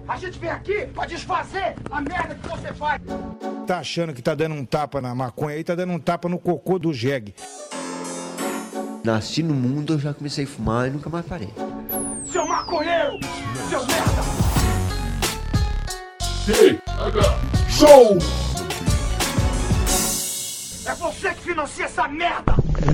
A gente vem aqui pra desfazer a merda que você faz. Tá achando que tá dando um tapa na maconha aí, tá dando um tapa no cocô do jegue. Nasci no mundo, eu já comecei a fumar e nunca mais parei. Seu maconheiro! Seu merda! Show! É você que financia essa merda!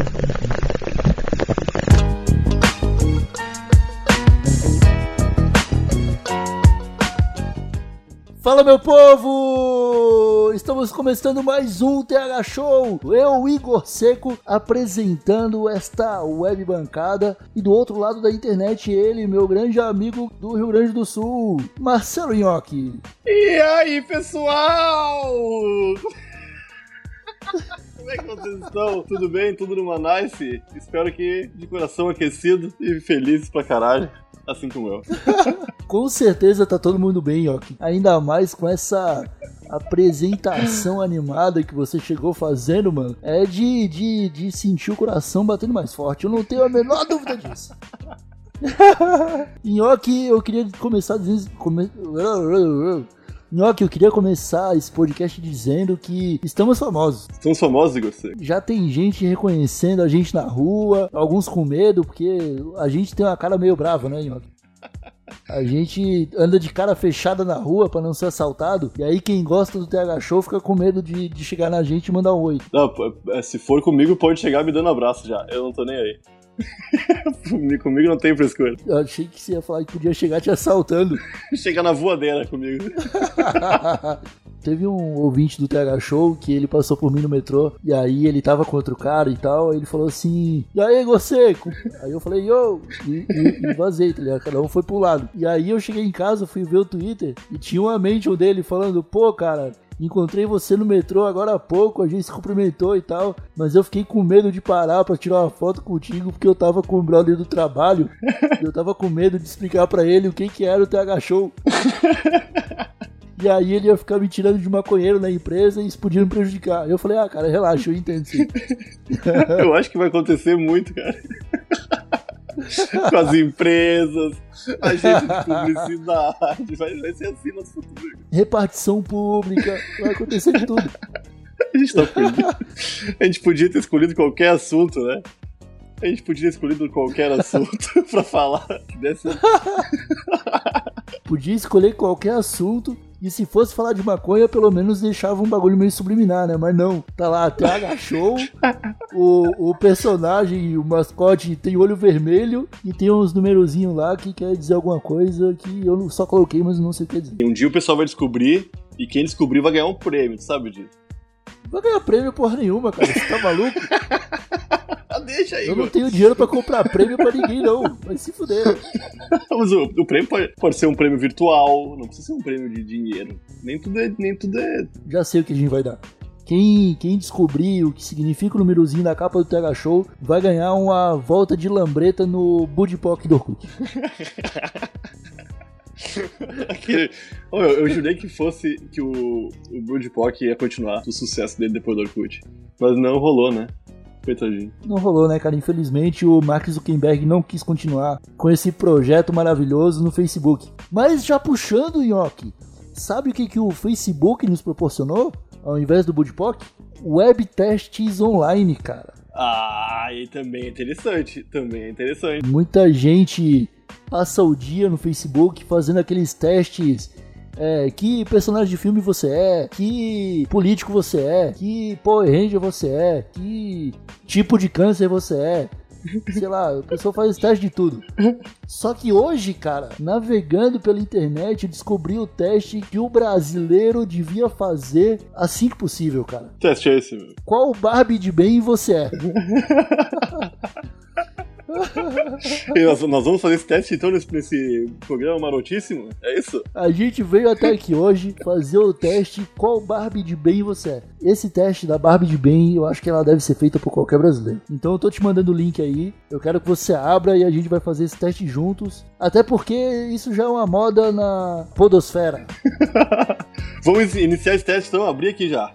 Fala, meu povo! Estamos começando mais um TH Show. Eu, Igor Seco, apresentando esta web bancada. E do outro lado da internet, ele, meu grande amigo do Rio Grande do Sul, Marcelo Nhoque. E aí, pessoal? Como é que vocês estão? Tudo bem? Tudo numa nice? Espero que de coração aquecido e feliz pra caralho. Assim como eu. Com certeza tá todo mundo bem, Nhoque. Ainda mais com essa apresentação animada que você chegou fazendo, mano. É de sentir o coração batendo mais forte. Eu não tenho a menor dúvida disso. Nhoque, eu queria começar dizendo... Nhoque, eu queria começar esse podcast dizendo que estamos famosos. Estamos famosos, Igor Seco? Já tem gente reconhecendo a gente na rua, alguns com medo, porque a gente tem uma cara meio brava, né, Nhoque? A gente anda de cara fechada na rua pra não ser assaltado, e aí quem gosta do TH Show fica com medo de chegar na gente e mandar um oi. Não, se for comigo, pode chegar me dando abraço já. Eu não tô nem aí. Comigo não tem frescura. Eu achei que você ia falar que podia chegar te assaltando. Chegar na voadeira comigo. Teve um ouvinte do TH Show que ele passou por mim no metrô, e aí ele tava com outro cara e tal, aí ele falou assim, e aí, Igor Seco? Aí eu falei, yo, e vazei, tá ligado? Cada um foi pro lado. E aí eu cheguei em casa, fui ver o Twitter, e tinha uma mention dele falando, pô, cara, encontrei você no metrô agora há pouco, a gente se cumprimentou e tal, mas eu fiquei com medo de parar pra tirar uma foto contigo, porque eu tava com o brother do trabalho, e eu tava com medo de explicar pra ele o que era o TH Show. E aí ele ia ficar me tirando de maconheiro na empresa e isso podia me prejudicar. Eu falei, cara, relaxa, eu entendo sim. Eu acho que vai acontecer muito, cara. Com as empresas, agente de publicidade, vai ser assim no futuro. Repartição pública, vai acontecer de tudo. A gente podia ter escolhido qualquer assunto, né? A gente podia ter escolhido qualquer assunto pra falar que desse... Podia escolher qualquer assunto e se fosse falar de maconha, pelo menos deixava um bagulho meio subliminar, né? Mas não, tá lá, TH Show, o personagem, o mascote tem olho vermelho e tem uns numerozinhos lá que quer dizer alguma coisa que eu só coloquei, mas não sei o que quer dizer. Um dia o pessoal vai descobrir e quem descobrir vai ganhar um prêmio, tu sabe disso? Não vai ganhar prêmio porra nenhuma, cara, você tá maluco? Deixa aí, eu não tenho dinheiro pra comprar prêmio pra ninguém, não. Vai se fuder. Mas o prêmio pode ser um prêmio virtual, não precisa ser um prêmio de dinheiro. Nem tudo é... Já sei o que a gente vai dar. Quem descobrir o que significa o numerozinho da capa do TH Show vai ganhar uma volta de lambreta no Budipoc do Orkut. Eu jurei que o Budipoc ia continuar o sucesso dele depois do Orkut. Mas não rolou, né? Coitadinho. Não rolou, né, cara? Infelizmente o Mark Zuckerberg não quis continuar com esse projeto maravilhoso no Facebook. Mas já puxando, Nhoque, sabe o que o Facebook nos proporcionou ao invés do Budipoc? Web testes online, cara. E também é interessante. Muita gente passa o dia no Facebook fazendo aqueles testes. Que personagem de filme você é, que político você é, que Power Ranger você é, que tipo de câncer você é, sei lá, a pessoa faz esse teste de tudo. Só que hoje, cara, navegando pela internet, eu descobri o teste que o brasileiro devia fazer assim que possível, cara. Que teste é esse, meu? Qual Barbie de bem você é? E nós vamos fazer esse teste então nesse programa marotíssimo? É isso? A gente veio até aqui hoje fazer o teste qual Barbie de bem você é. Esse teste da Barbie de bem, eu acho que ela deve ser feita por qualquer brasileiro. Então eu tô te mandando o link aí, eu quero que você abra e a gente vai fazer esse teste juntos. Até porque isso já é uma moda na podosfera. Vamos iniciar esse teste então, abrir aqui já.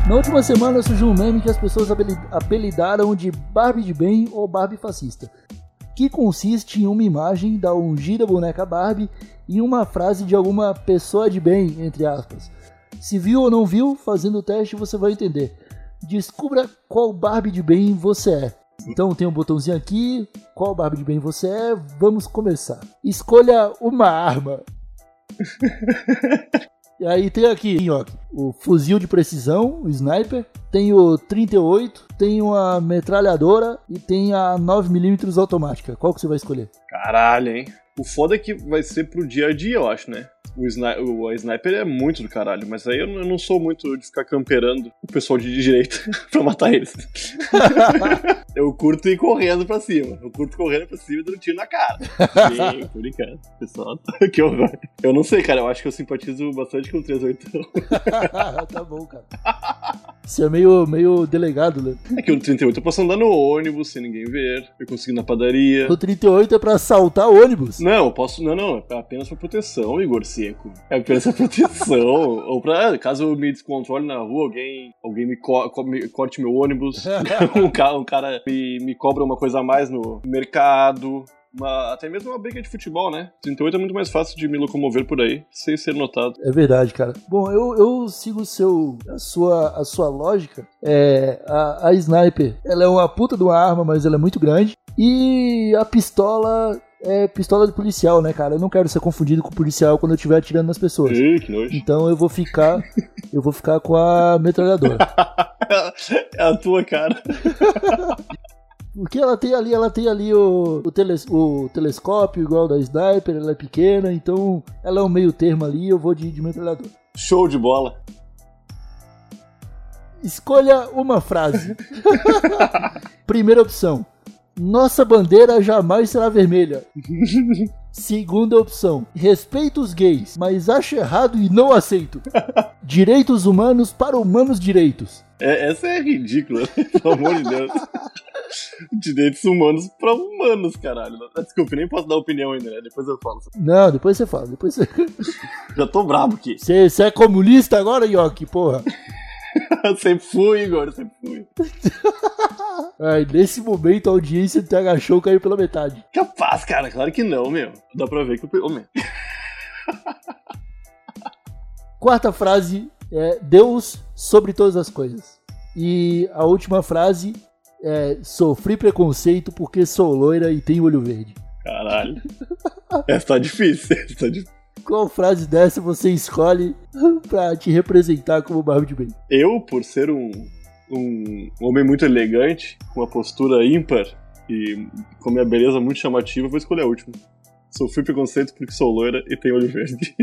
Na última semana surgiu um meme que as pessoas apelidaram de Barbie de bem ou Barbie fascista, que consiste em uma imagem da ungida boneca Barbie e uma frase de alguma pessoa de bem, entre aspas. Se viu ou não viu, fazendo o teste você vai entender. Descubra qual Barbie de bem você é. Então tem um botãozinho aqui, qual Barbie de bem você é, vamos começar. Escolha uma arma. E aí tem aqui, ó, o fuzil de precisão, o sniper, tem o 38, tem uma metralhadora e tem a 9mm automática. Qual que você vai escolher? Caralho, hein? O foda é que vai ser pro dia a dia, eu acho, né? O sniper é muito do caralho, mas aí eu não sou muito de ficar camperando o pessoal de direita pra matar eles. Eu curto ir correndo pra cima. Eu curto correndo pra cima e dando tiro na cara. Sim, tô brincando. Pessoal, que horror. Eu não sei, cara. Eu acho que eu simpatizo bastante com o 38. Tá bom, cara. Você é meio delegado, né? É que o 38 eu posso andar no ônibus sem ninguém ver. Eu consigo ir na padaria. O 38 é pra assaltar ônibus? Não, eu posso. Não. É apenas pra proteção, Igor Seco. É apenas pra proteção. Ou pra. Caso eu me descontrole na rua, alguém me corte meu ônibus. um cara me cobra uma coisa a mais no mercado. Até mesmo uma briga de futebol, né? 38 é muito mais fácil de me locomover por aí, sem ser notado. É verdade, cara. Bom, eu sigo a sua lógica. A sniper, ela é uma puta de uma arma, mas ela é muito grande. E a pistola é pistola de policial, né, cara? Eu não quero ser confundido com policial quando eu estiver atirando nas pessoas. Ei, que nojo. Então eu vou ficar com a metralhadora. É a tua cara. Porque ela tem ali o telescópio igual da sniper, ela é pequena, então ela é um meio termo ali, eu vou de metralhadora. Show de bola. Escolha uma frase. Primeira opção: nossa bandeira jamais será vermelha. Segunda opção: respeito os gays, mas acho errado e não aceito. Direitos humanos para humanos direitos. Essa é ridícula, pelo amor de Deus. Direitos humanos pra humanos, caralho. Desculpa, nem posso dar opinião ainda, né? Depois eu falo. Não, depois você fala. Já tô brabo aqui. Você é comunista agora, Yoki, porra? Sempre fui, Igor, sempre fui. Ai, nesse momento a audiência do TH Show caiu pela metade. Capaz, cara, claro que não, meu. Dá pra ver que eu... meu. Quarta frase é Deus sobre todas as coisas. E a última frase é: sofri preconceito porque sou loira e tenho olho verde. Caralho. Essa tá difícil. Qual frase dessa você escolhe pra te representar como Barbie de bem? Eu, por ser um homem muito elegante, com uma postura ímpar e com a minha beleza muito chamativa, vou escolher a última. Sofri preconceito porque sou loira e tenho olho verde.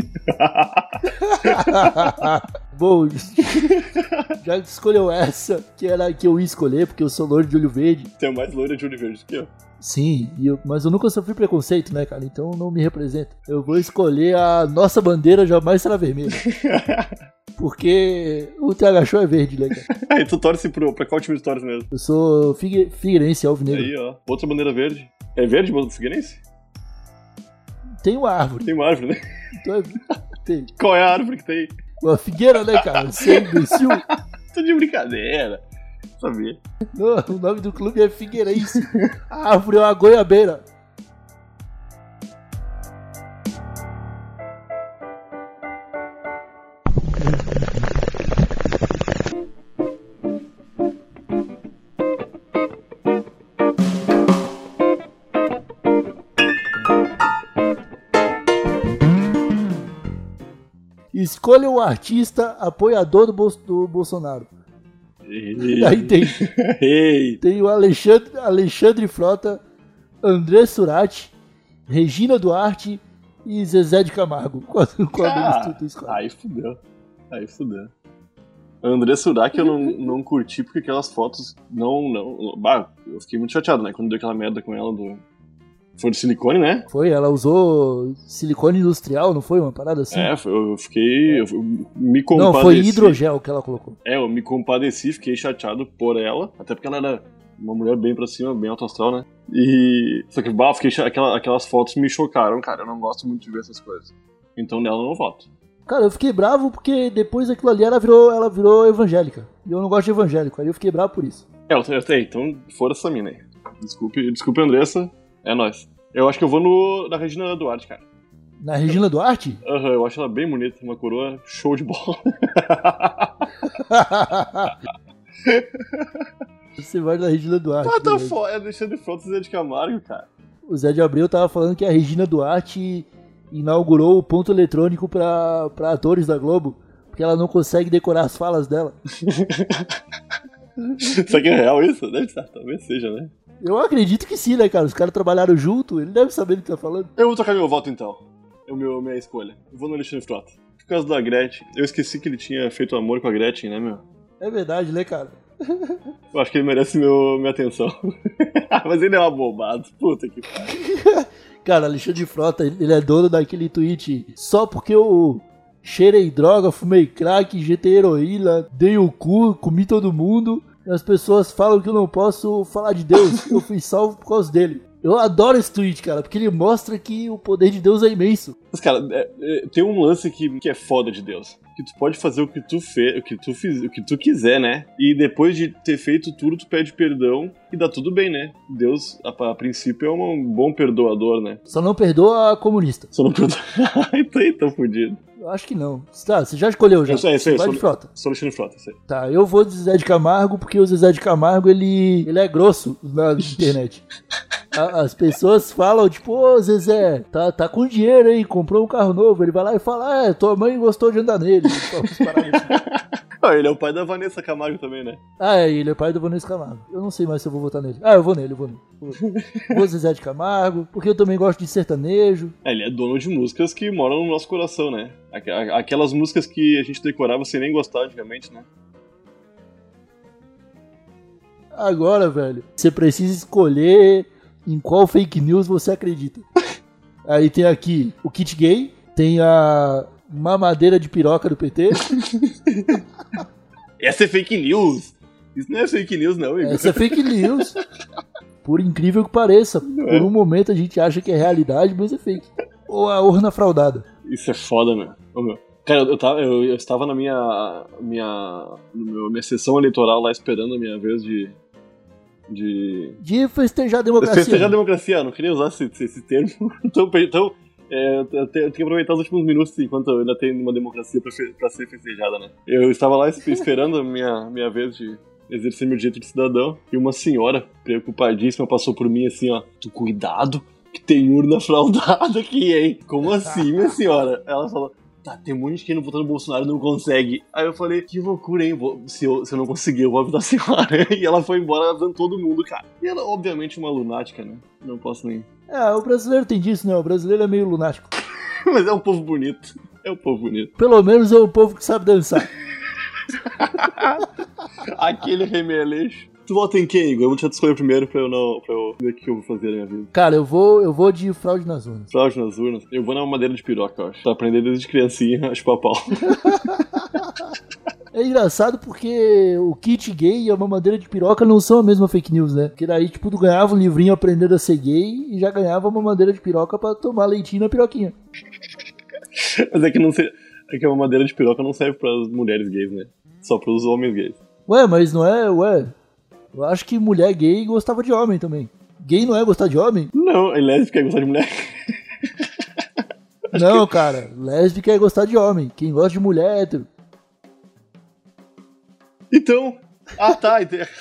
Bom, já escolheu essa, que era a que eu ia escolher, porque eu sou loiro de olho verde. Tenho mais loira de olho verde que eu. Sim, mas eu nunca sofri preconceito, né, cara? Então não me representa. Eu vou escolher a nossa bandeira jamais será vermelha. Porque o TH Show é verde, né, cara? Aí tu torce pra qual time tu torce mesmo? Eu sou Figueirense, alvinegro. Aí, ó. Outra bandeira verde. É verde, Figueirense? Tem uma árvore. Tem uma árvore, né? Então, tem. Qual é a árvore que tem? Uma figueira, né, cara? Você é imbecil. Tô de brincadeira. Sabia. Não, o nome do clube é Figueirense. A árvore é uma goiabeira. Escolha o artista apoiador do Bolsonaro. Aí tem o Alexandre Frota, André Surati, Regina Duarte e Zezé de Camargo. Qual deles tu escolhe? Aí fudeu. André Surati eu não curti porque aquelas fotos não. Bah, eu fiquei muito chateado, né? Quando deu aquela merda com ela do. Foi de silicone, né? Foi, ela usou silicone industrial, não foi? Uma parada assim? Eu fiquei. Eu me compadeci. Não, foi hidrogel que ela colocou. Eu me compadeci, fiquei chateado por ela, até porque ela era uma mulher bem pra cima, bem alto astral, né? Só que, fiquei aquelas fotos me chocaram, cara. Eu não gosto muito de ver essas coisas. Então nela eu não voto. Cara, eu fiquei bravo porque depois daquilo ali ela virou evangélica. E eu não gosto de evangélico, aí eu fiquei bravo por isso. Eu sei, então fora essa mina aí. Desculpe, Andressa, é nóis. Eu acho que eu vou na Regina Duarte, cara. Na Regina Duarte? Aham, eu acho ela bem bonita, uma coroa show de bola. Você vai na Regina Duarte. Ah, tá foda, é Alexandre Frota e Zé de Camargo, cara. O Zé de Abreu tava falando que a Regina Duarte inaugurou o ponto eletrônico pra atores da Globo, porque ela não consegue decorar as falas dela. Será que é real isso? Deve estar, talvez seja, né? Eu acredito que sim, né, cara? Os caras trabalharam junto, ele deve saber do que tá falando. Eu vou trocar meu voto, então. Minha escolha. Eu vou no Alexandre Frota. Por causa da Gretchen. Eu esqueci que ele tinha feito amor com a Gretchen, né, meu? É verdade, né, cara? Eu acho que ele merece minha atenção. Mas ele é um abobado. Puta que pariu. Cara, Alexandre Frota, ele é dono daquele tweet só porque eu cheirei droga, fumei crack, injetei heroína, dei o cu, comi todo mundo. E as pessoas falam que eu não posso falar de Deus, que eu fui salvo por causa dele. Eu adoro esse tweet, cara, porque ele mostra que o poder de Deus é imenso. Mas, cara, tem um lance que é foda de Deus. Que tu pode fazer o que tu quiser, né? E depois de ter feito tudo, tu pede perdão e dá tudo bem, né? Deus, a princípio, é um bom perdoador, né? Só não perdoa a comunista. Só não perdoa. Então fudido. Eu acho que não. Tá, você já escolheu já. Eu sei, vai de Frota. Sou Alexandre Frota, sei. Tá, eu vou de Zezé de Camargo, porque o Zezé de Camargo, ele é grosso na internet. As pessoas falam, tipo, ô Zezé, tá com dinheiro aí, comprou um carro novo. Ele vai lá e fala, tua mãe gostou de andar nele. Ele é o pai da Vanessa Camargo também, né? Ele é o pai da Vanessa Camargo. Eu não sei mais se eu vou votar nele. Eu vou nele. Vou Zezé de Camargo, porque eu também gosto de sertanejo. Ele é dono de músicas que moram no nosso coração, né? Aquelas músicas que a gente decorava sem nem gostar antigamente, né? Agora, velho, você precisa escolher em qual fake news você acredita. Aí tem aqui o kit gay, tem a mamadeira de piroca do PT. Essa é fake news. Isso não é fake news, não, Igor. Essa é fake news. Por incrível que pareça. Por um momento a gente acha que é realidade, mas é fake. Ou a urna fraudada. Isso é foda, meu. Cara, eu estava na minha sessão eleitoral lá esperando a minha vez de festejar a democracia. Festejar a democracia, eu não queria usar esse termo. Então eu tenho que aproveitar os últimos minutos enquanto eu ainda tenho uma democracia pra ser festejada, né? Eu estava lá esperando a minha vez de exercer meu direito de cidadão e uma senhora preocupadíssima passou por mim assim, ó. Tu cuidado que tem urna fraudada aqui, hein? Como assim, minha senhora? Ela falou, tá, tem um monte de quem não votou no Bolsonaro e não consegue. Aí eu falei, que loucura, hein? Se eu não conseguir, eu vou avisar a senhora. E ela foi embora avisando todo mundo, cara. E ela, obviamente, uma lunática, né? Não posso nem... O brasileiro tem disso, né? O brasileiro é meio lunático. Mas é um povo bonito. Pelo menos é um povo que sabe dançar. Aquele remeleixo. Tu vota em quem, Igor? Eu vou te escolher primeiro pra eu ver o que eu vou fazer na minha vida. Cara, eu vou de fraude nas urnas. Fraude nas urnas? Eu vou na madeira de piroca, eu acho. Pra aprender desde criancinha a chupar pau. É engraçado porque o kit gay e a mamadeira de piroca não são a mesma fake news, né? Porque daí, tipo, tu ganhava um livrinho aprendendo a ser gay e já ganhava uma mamadeira de piroca pra tomar leitinho na piroquinha. Mas é que a mamadeira de piroca não serve pras mulheres gays, né? Só pros homens gays. Mas não é, Eu acho que mulher gay gostava de homem também. Gay não é gostar de homem? Não, lésbica é gostar de mulher. Não, cara. Lésbica é gostar de homem. Quem gosta de mulher é hétero. Então... tá.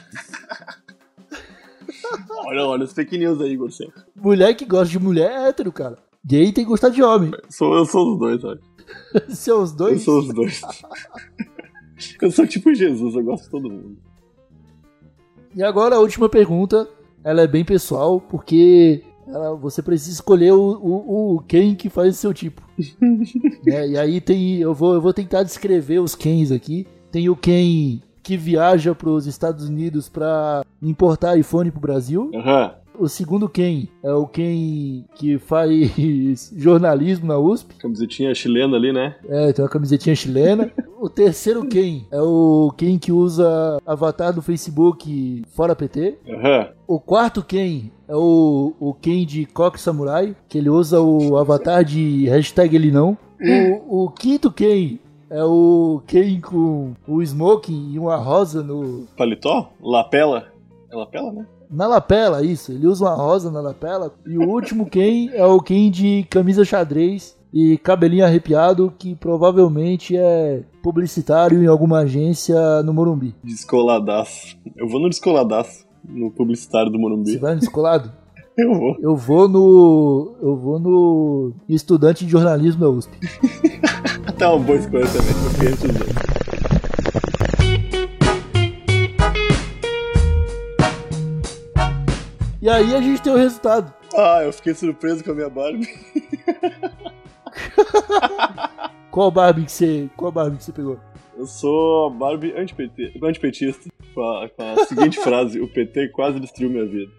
Olha os fake news aí, Igor. Mulher que gosta de mulher é hétero, cara. Gay tem que gostar de homem. Eu sou os dois, sabe? Você é os dois? Eu sou os dois. Eu sou tipo Jesus, eu gosto de todo mundo. E agora a última pergunta, ela é bem pessoal, porque você precisa escolher o quem que faz o seu tipo. E aí eu vou tentar descrever os quens aqui. Tem o quem que viaja para os Estados Unidos para importar iPhone pro Brasil. O segundo quem é o quem que faz jornalismo na USP. Camisetinha chilena ali, né? Tem uma camisetinha chilena. O terceiro quem é o quem que usa avatar do Facebook fora PT. O quarto quem é o quem de Coque Samurai, que ele usa o avatar de hashtag ele não. O quinto Ken é o Ken com o smoking e uma rosa no... Paletó? Lapela? É lapela, né? Na lapela, isso. Ele usa uma rosa na lapela. E o último Ken é o Ken de camisa xadrez e cabelinho arrepiado, que provavelmente é publicitário em alguma agência no Morumbi. Descoladaço. Eu vou no descoladaço, no publicitário do Morumbi. Você vai no descolado? Eu vou. Eu vou no estudante de jornalismo da USP. Até uma boa escolha também, porque esses dois. E aí a gente tem o resultado. Ah, eu fiquei surpreso com a minha Barbie. Qual Barbie que você pegou? Eu sou a Barbie antipetista, com a seguinte frase: o PT quase destruiu minha vida.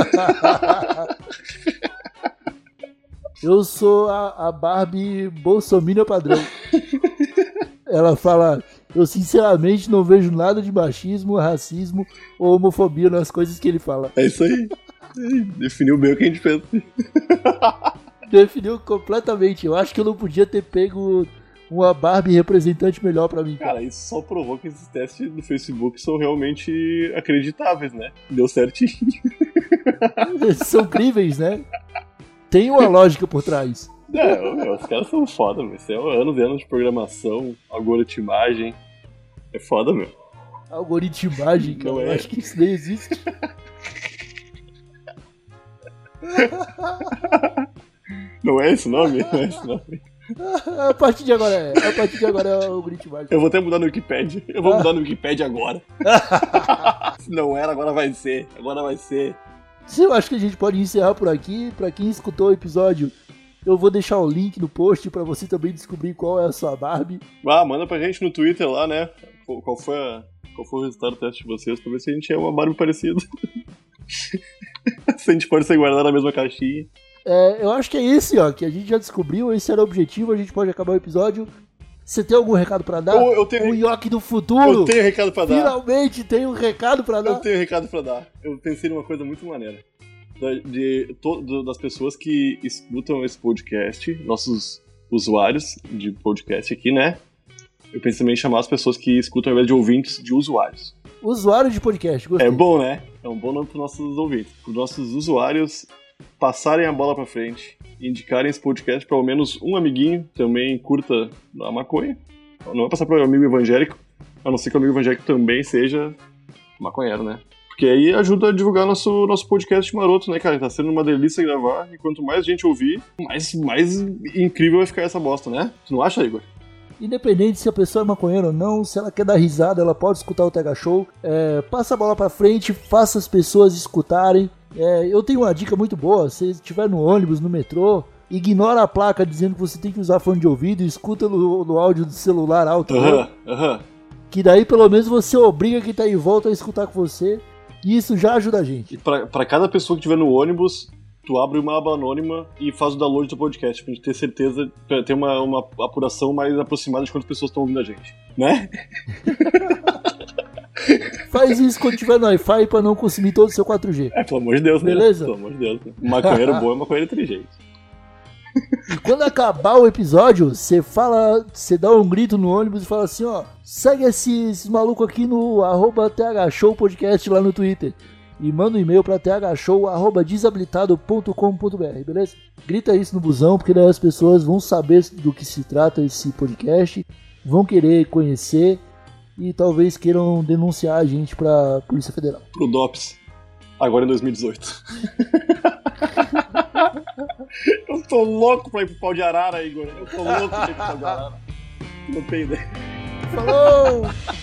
Eu sou a Barbie bolsominion padrão. Ela fala: eu sinceramente não vejo nada de machismo, racismo ou homofobia nas coisas que ele fala. É isso aí. Definiu bem o que a gente pensa. Definiu completamente. Eu acho que eu não podia ter pego uma Barbie representante melhor pra mim. Cara, isso só provou que esses testes do Facebook são realmente acreditáveis, né? Deu certinho. São críveis, né? Tem uma lógica por trás. Os caras são foda, meu. Isso é anos e anos de programação, algoritmagem. É foda, meu. Algoritmagem, cara. Não é. Eu acho que isso nem existe. Não é esse o nome? Não é esse o nome. A partir de agora é algoritmagem. Eu vou até mudar no Wikipedia. Eu vou mudar no Wikipedia agora. Se não era, agora vai ser. Agora vai ser. Eu acho que a gente pode encerrar por aqui. Pra quem escutou o episódio, eu vou deixar o link no post pra você também descobrir qual é a sua Barbie. Ah, manda pra gente no Twitter lá, né? Qual foi o resultado do teste de vocês, pra ver se a gente é uma Barbie parecida. Se a gente pode ser guardado na mesma caixinha. Eu acho que é esse, ó, que a gente já descobriu. Esse era o objetivo, a gente pode acabar o episódio. Você tem algum recado pra dar? Eu tenho... O Yoki do futuro! Eu tenho recado pra dar. Finalmente tem um recado pra dar. Eu tenho recado pra dar. Eu pensei numa coisa muito maneira. Das pessoas que escutam esse podcast, nossos usuários de podcast aqui, né? Eu pensei também em chamar as pessoas que escutam ao invés de ouvintes de usuários. Usuário de podcast, gostei. É bom, né? É um bom nome pros nossos ouvintes. Para os nossos usuários passarem a bola pra frente e indicarem esse podcast pra ao menos um amiguinho também curta a maconha. Não vai passar para o amigo evangélico, a não ser que o amigo evangélico também seja maconheiro, né? Porque aí ajuda a divulgar nosso podcast maroto, né, cara? Tá sendo uma delícia gravar, e quanto mais gente ouvir, mais incrível vai ficar essa bosta, né? Tu não acha, Igor? Independente se a pessoa é maconheira ou não, se ela quer dar risada, ela pode escutar o TH Show. Passa a bola pra frente, faça as pessoas escutarem. Eu tenho uma dica muito boa: se estiver no ônibus, no metrô, ignora a placa dizendo que você tem que usar fone de ouvido e escuta no áudio do celular alto. Que daí pelo menos você obriga quem tá em volta a escutar com você, e isso já ajuda a gente. E pra cada pessoa que estiver no ônibus, tu abre uma aba anônima e faz o download do podcast, pra gente ter certeza, pra ter uma apuração mais aproximada de quantas pessoas estão ouvindo a gente, né? Faz isso quando tiver no Wi-Fi pra não consumir todo o seu 4G. Pelo amor de Deus, né? Beleza? Pelo amor de Deus. Maconheiro bom é maconheiro inteligente. E quando acabar o episódio, você dá um grito no ônibus e fala assim, ó, segue esses malucos aqui no @thshowpodcast lá no Twitter. E manda um e-mail pra thshow@desabilitado.com.br, beleza? Grita isso no busão, porque daí as pessoas vão saber do que se trata esse podcast, vão querer conhecer e talvez queiram denunciar a gente pra Polícia Federal. Pro DOPS. Agora em 2018. Eu tô louco pra ir pro Pau de Arara, Igor. Eu tô louco pra ir pro Pau de Arara. Não tem ideia. Falou!